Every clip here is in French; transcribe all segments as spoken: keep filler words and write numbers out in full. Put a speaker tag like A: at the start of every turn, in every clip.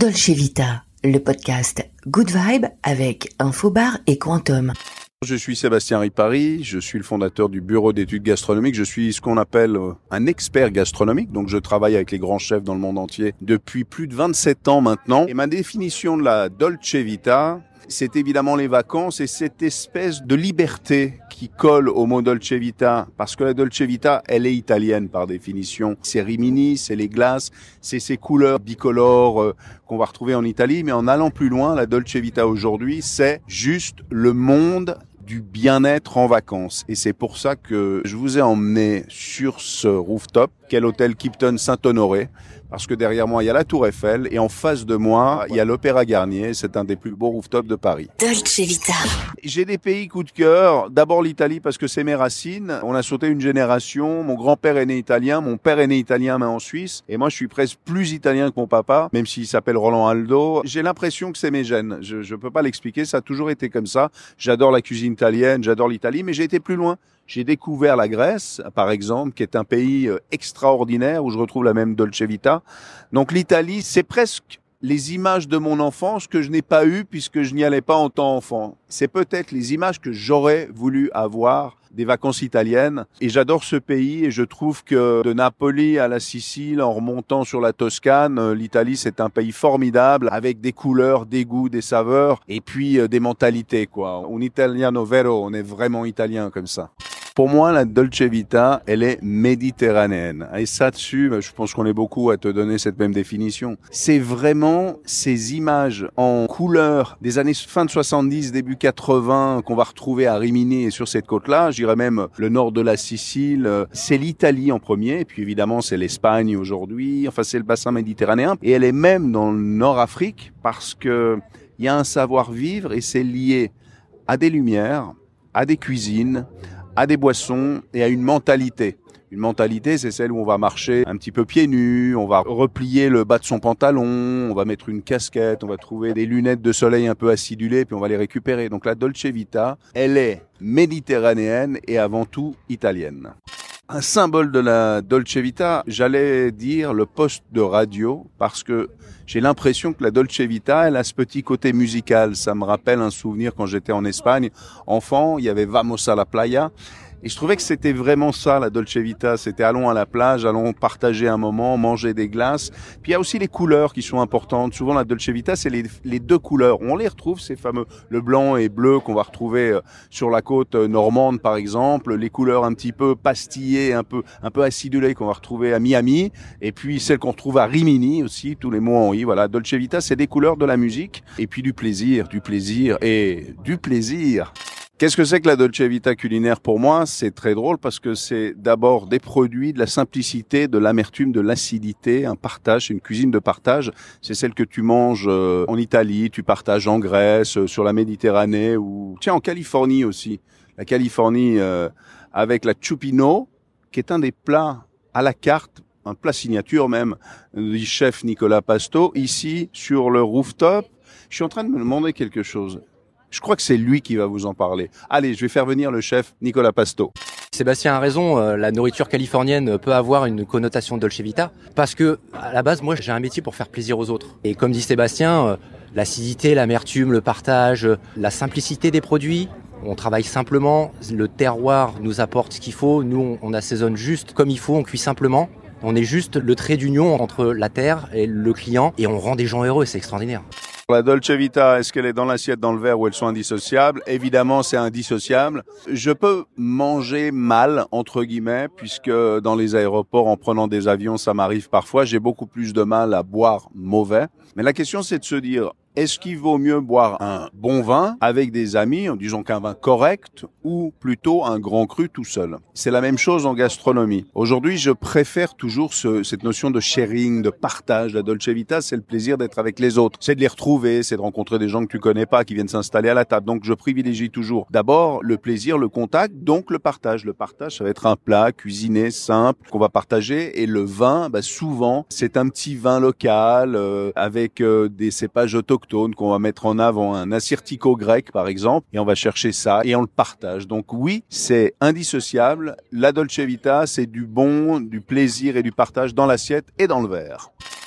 A: Dolce Vita, le podcast Good Vibe avec Infobar et Quantum.
B: Je suis Sébastien Ripari, je suis le fondateur du bureau d'études gastronomiques. Je suis ce qu'on appelle un expert gastronomique, donc je travaille avec les grands chefs dans le monde entier depuis plus de vingt-sept ans maintenant. Et ma définition de la Dolce Vita, c'est évidemment les vacances et cette espèce de liberté qui colle au mot Dolce Vita, parce que la Dolce Vita, elle est italienne par définition. C'est Rimini, c'est les glaces, c'est ces couleurs bicolores euh, qu'on va retrouver en Italie, mais en allant plus loin, la Dolce Vita aujourd'hui, c'est juste le monde du bien-être en vacances. Et c'est pour ça que je vous ai emmené sur ce rooftop, qu'est l'hôtel Kimpton Saint-Honoré, parce que derrière moi, il y a la Tour Eiffel, et en face de moi, il y a l'Opéra Garnier. C'est un des plus beaux rooftops de Paris.
A: Dolce Vita.
B: J'ai des pays coup de cœur. D'abord l'Italie, parce que c'est mes racines. On a sauté une génération. Mon grand-père est né italien, mon père est né italien, mais en Suisse. Et moi, je suis presque plus italien que mon papa, même s'il s'appelle Roland Aldo. J'ai l'impression que c'est mes gènes. Je, je peux pas l'expliquer. Ça a toujours été comme ça. J'adore la cuisine italienne, j'adore l'Italie, mais j'ai été plus loin. J'ai découvert la Grèce, par exemple, qui est un pays extraordinaire où je retrouve la même Dolce Vita. Donc l'Italie, c'est presque les images de mon enfance que je n'ai pas eues puisque je n'y allais pas en tant enfant. C'est peut-être les images que j'aurais voulu avoir des vacances italiennes. Et j'adore ce pays et je trouve que de Napoli à la Sicile, en remontant sur la Toscane, l'Italie, c'est un pays formidable avec des couleurs, des goûts, des saveurs et puis des mentalités, quoi. Un italiano vero, on est vraiment italien comme ça. Pour moi, la Dolce Vita, elle est méditerranéenne. Et ça dessus, je pense qu'on est beaucoup à te donner cette même définition. C'est vraiment ces images en couleur des années fin de soixante-dix, début quatre-vingts qu'on va retrouver à Rimini et sur cette côte-là. Je dirais même le nord de la Sicile. C'est l'Italie en premier. Et puis évidemment, c'est l'Espagne aujourd'hui. Enfin, c'est le bassin méditerranéen. Et elle est même dans le Nord-Afrique parce que il y a un savoir-vivre et c'est lié à des lumières, à des cuisines, à des boissons et à une mentalité. Une mentalité, c'est celle où on va marcher un petit peu pieds nus, on va replier le bas de son pantalon, on va mettre une casquette, on va trouver des lunettes de soleil un peu acidulées, puis on va les récupérer. Donc la Dolce Vita, elle est méditerranéenne et avant tout italienne. Un symbole de la Dolce Vita, j'allais dire le poste de radio, parce que j'ai l'impression que la Dolce Vita, elle a ce petit côté musical. Ça me rappelle un souvenir quand j'étais en Espagne. Enfant, il y avait Vamos a la playa. Et je trouvais que c'était vraiment ça, la Dolce Vita. C'était allons à la plage, allons partager un moment, manger des glaces. Puis il y a aussi les couleurs qui sont importantes. Souvent, la Dolce Vita, c'est les, les deux couleurs. On les retrouve, ces fameux, le blanc et bleu qu'on va retrouver sur la côte normande, par exemple. Les couleurs un petit peu pastillées, un peu, un peu acidulées qu'on va retrouver à Miami. Et puis celles qu'on retrouve à Rimini aussi, tous les mots en i. Voilà, Dolce Vita, c'est des couleurs de la musique. Et puis du plaisir, du plaisir et du plaisir. Qu'est-ce que c'est que la Dolce Vita culinaire pour moi? C'est très drôle parce que c'est d'abord des produits, de la simplicité, de l'amertume, de l'acidité, un partage, une cuisine de partage. C'est celle que tu manges en Italie, tu partages en Grèce, sur la Méditerranée ou tiens en Californie aussi. La Californie euh, avec la chupino, qui est un des plats à la carte, un plat signature même du chef Nicolas Pasto. Ici sur le rooftop, je suis en train de me demander quelque chose. Je crois que c'est lui qui va vous en parler. Allez, je vais faire venir le chef Nicolas Pasto.
C: Sébastien a raison, euh, la nourriture californienne peut avoir une connotation Dolce Vita parce que, à la base, moi, j'ai un métier pour faire plaisir aux autres. Et comme dit Sébastien, euh, l'acidité, l'amertume, le partage, la simplicité des produits, on travaille simplement, le terroir nous apporte ce qu'il faut, nous, on, on assaisonne juste comme il faut, on cuit simplement. On est juste le trait d'union entre la terre et le client et on rend des gens heureux, c'est extraordinaire.
B: La Dolce Vita, est-ce qu'elle est dans l'assiette, dans le verre ou elles sont indissociables? Évidemment, c'est indissociable. Je peux manger mal, entre guillemets, puisque dans les aéroports, en prenant des avions, ça m'arrive parfois. J'ai beaucoup plus de mal à boire mauvais. Mais la question, c'est de se dire, est-ce qu'il vaut mieux boire un bon vin avec des amis, en disant qu'un vin correct, ou plutôt un grand cru tout seul? C'est la même chose en gastronomie. Aujourd'hui, je préfère toujours ce, cette notion de sharing, de partage. La Dolce Vita, c'est le plaisir d'être avec les autres. C'est de les retrouver, c'est de rencontrer des gens que tu connais pas, qui viennent s'installer à la table. Donc, je privilégie toujours d'abord le plaisir, le contact, donc le partage. Le partage, ça va être un plat cuisiné, simple, qu'on va partager. Et le vin, bah, souvent, c'est un petit vin local, euh, avec euh, des cépages autochtones qu'on va mettre en avant, un assyrtiko grec par exemple, et on va chercher ça et on le partage. Donc oui, c'est indissociable. La Dolce Vita, c'est du bon, du plaisir et du partage dans l'assiette et dans le verre.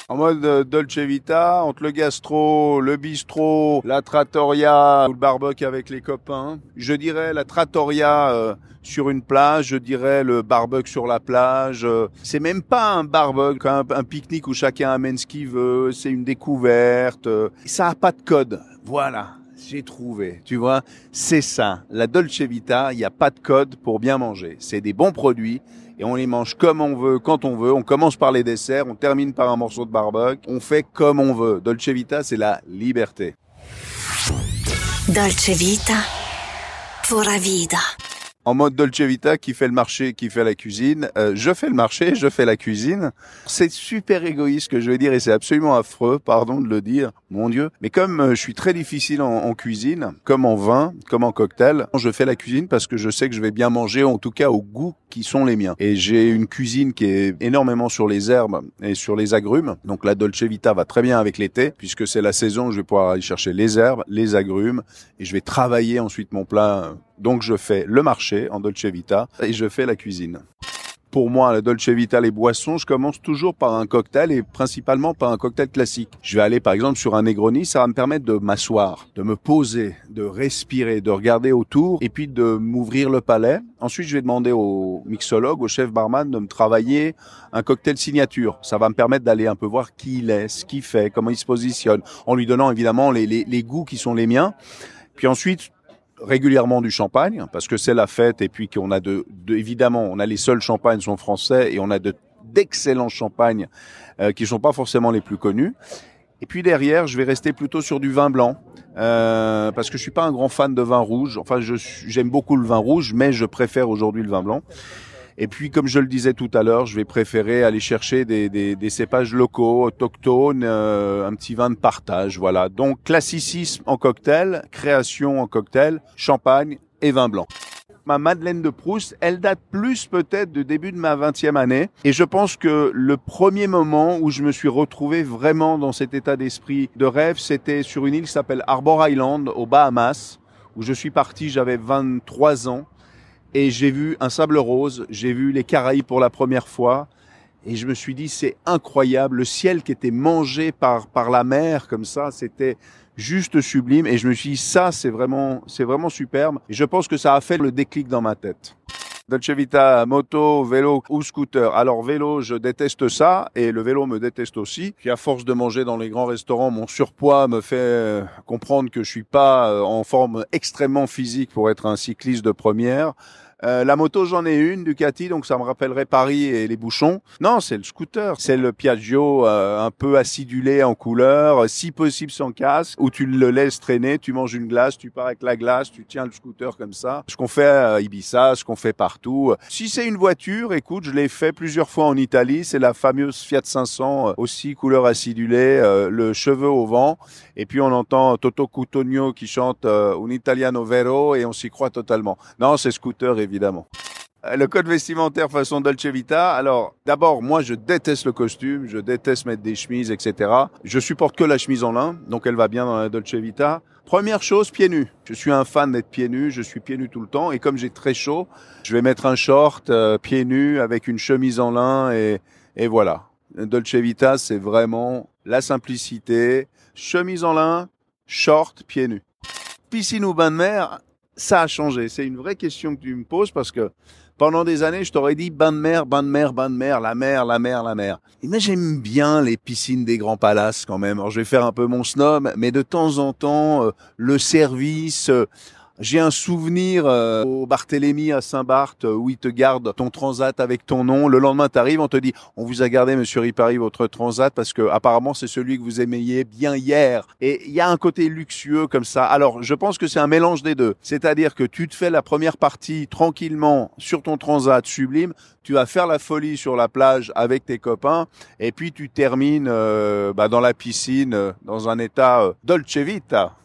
B: En mode euh, Dolce Vita, entre le gastro, le bistrot, la trattoria ou le barbecue avec les copains. Je dirais la trattoria euh, sur une plage, je dirais le barbecue sur la plage. Euh, c'est même pas un barbecue, un, un pique-nique où chacun amène ce qu'il veut, c'est une découverte. Euh, ça a pas de code. Voilà, j'ai trouvé. Tu vois, c'est ça. La Dolce Vita, il n'y a pas de code pour bien manger. C'est des bons produits. Et on les mange comme on veut, quand on veut. On commence par les desserts, on termine par un morceau de barbecue. On fait comme on veut. Dolce Vita, c'est la liberté.
A: Dolce Vita, pura vida.
B: En mode Dolce Vita, qui fait le marché, qui fait la cuisine. Euh, je fais le marché, je fais la cuisine. C'est super égoïste ce que je vais dire et c'est absolument affreux, pardon de le dire, mon Dieu. Mais comme euh, je suis très difficile en, en cuisine, comme en vin, comme en cocktail, je fais la cuisine parce que je sais que je vais bien manger, en tout cas au goût qui sont les miens. Et j'ai une cuisine qui est énormément sur les herbes et sur les agrumes. Donc la Dolce Vita va très bien avec l'été, puisque c'est la saison où je vais pouvoir aller chercher les herbes, les agrumes, et je vais travailler ensuite mon plat. Donc je fais le marché en Dolce Vita et je fais la cuisine. Pour moi, la Dolce Vita, les boissons, je commence toujours par un cocktail et principalement par un cocktail classique. Je vais aller par exemple sur un Negroni, ça va me permettre de m'asseoir, de me poser, de respirer, de regarder autour et puis de m'ouvrir le palais. Ensuite, je vais demander au mixologue, au chef barman de me travailler un cocktail signature. Ça va me permettre d'aller un peu voir qui il est, ce qu'il fait, comment il se positionne, en lui donnant évidemment les, les, les goûts qui sont les miens. Puis ensuite, régulièrement du champagne parce que c'est la fête et puis qu'on a de, de évidemment on a les seuls champagnes sont français et on a de d'excellents champagnes euh, qui sont pas forcément les plus connus. Et puis derrière, je vais rester plutôt sur du vin blanc euh, parce que je suis pas un grand fan de vin rouge. Enfin, je j'aime beaucoup le vin rouge, mais je préfère aujourd'hui le vin blanc. Et puis, comme je le disais tout à l'heure, je vais préférer aller chercher des, des, des cépages locaux, autochtones, euh, un petit vin de partage, voilà. Donc, classicisme en cocktail, création en cocktail, champagne et vin blanc. Ma Madeleine de Proust, elle date plus peut-être du début de ma vingtième année. Et je pense que le premier moment où je me suis retrouvé vraiment dans cet état d'esprit de rêve, c'était sur une île qui s'appelle Arbor Island, aux Bahamas, où je suis parti, j'avais vingt-trois ans. Et j'ai vu un sable rose, j'ai vu les Caraïbes pour la première fois. Et je me suis dit, c'est incroyable. Le ciel qui était mangé par, par la mer, comme ça, c'était juste sublime. Et je me suis dit, ça, c'est vraiment, c'est vraiment superbe. Et je pense que ça a fait le déclic dans ma tête. Dolce Vita, moto, vélo ou scooter. Alors vélo, je déteste ça et le vélo me déteste aussi. Puis à force de manger dans les grands restaurants, mon surpoids me fait comprendre que je suis pas en forme extrêmement physique pour être un cycliste de première. Euh, la moto, j'en ai une, Ducati, donc ça me rappellerait Paris et les bouchons. Non, c'est le scooter. C'est le Piaggio euh, un peu acidulé en couleur, si possible sans casque, où tu le laisses traîner, tu manges une glace, tu pars avec la glace, tu tiens le scooter comme ça. Ce qu'on fait à Ibiza, ce qu'on fait partout. Si c'est une voiture, écoute, je l'ai fait plusieurs fois en Italie. C'est la fameuse Fiat cinq cents, aussi couleur acidulée, euh, le cheveu au vent. Et puis on entend Toto Cutugno qui chante euh, Un Italiano Vero et on s'y croit totalement. Non, c'est scooter évidemment. Le code vestimentaire façon Dolce Vita. Alors, d'abord, moi, je déteste le costume, je déteste mettre des chemises, et cetera. Je supporte que la chemise en lin, donc elle va bien dans la Dolce Vita. Première chose, pieds nus. Je suis un fan d'être pieds nus, je suis pieds nus tout le temps. Et comme j'ai très chaud, je vais mettre un short, euh, pieds nus, avec une chemise en lin et, et voilà. Dolce Vita, c'est vraiment la simplicité. Chemise en lin, short, pieds nus. Piscine ou bain de mer, ça a changé. C'est une vraie question que tu me poses parce que pendant des années, je t'aurais dit bain de mer, bain de mer, bain de mer, la mer, la mer, la mer. Et moi, j'aime bien les piscines des grands palaces quand même. Alors, je vais faire un peu mon snob, mais de temps en temps, euh, le service... Euh, J'ai un souvenir euh, au Barthélemy à Saint-Barth où ils te gardent ton transat avec ton nom. Le lendemain, t'arrives, on te dit « On vous a gardé, monsieur Ripari, votre transat parce que apparemment c'est celui que vous aimiez bien hier. » Et il y a un côté luxueux comme ça. Alors, je pense que c'est un mélange des deux. C'est-à-dire que tu te fais la première partie tranquillement sur ton transat sublime. Tu vas faire la folie sur la plage avec tes copains et puis tu termines euh, bah, dans la piscine euh, dans un état euh, Dolce Vita.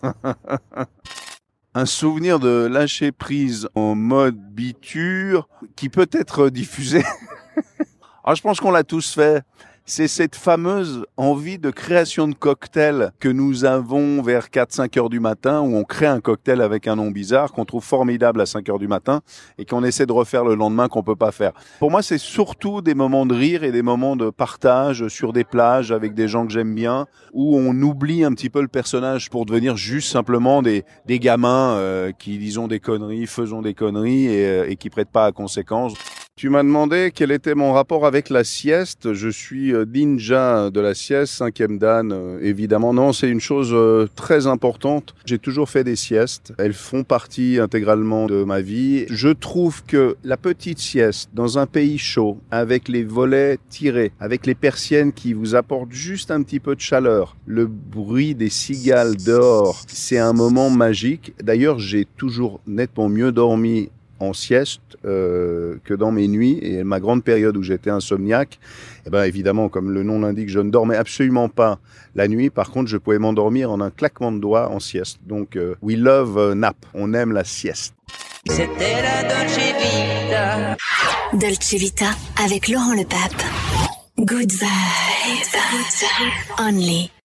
B: Un souvenir de lâcher prise en mode biture qui peut être diffusé. Alors, je pense qu'on l'a tous fait. c'est cette fameuse envie de création de cocktail que nous avons vers quatre cinq heures du matin, où on crée un cocktail avec un nom bizarre qu'on trouve formidable à cinq heures du matin et qu'on essaie de refaire le lendemain qu'on peut pas faire. Pour moi, c'est surtout des moments de rire et des moments de partage sur des plages avec des gens que j'aime bien, où on oublie un petit peu le personnage pour devenir juste simplement des, des gamins euh, qui disons des conneries, faisons des conneries et, euh, et qui prêtent pas à conséquence. Tu m'as demandé quel était mon rapport avec la sieste. Je suis ninja de la sieste, cinquième dan, euh, évidemment. Non, c'est une chose euh, très importante. J'ai toujours fait des siestes. Elles font partie intégralement de ma vie. Je trouve que la petite sieste dans un pays chaud, avec les volets tirés, avec les persiennes qui vous apportent juste un petit peu de chaleur, le bruit des cigales dehors, c'est un moment magique. D'ailleurs, j'ai toujours nettement mieux dormi en sieste euh, que dans mes nuits, et ma grande période où j'étais insomniaque, eh ben évidemment, comme le nom l'indique, je ne dormais absolument pas la nuit. Par contre, je pouvais m'endormir en un claquement de doigts en sieste. Donc, euh, we love uh, nap. On aime la sieste.
D: C'était la Dolce Vita.
A: Dolce Vita avec Laurent Le Pape. Good vibes. Only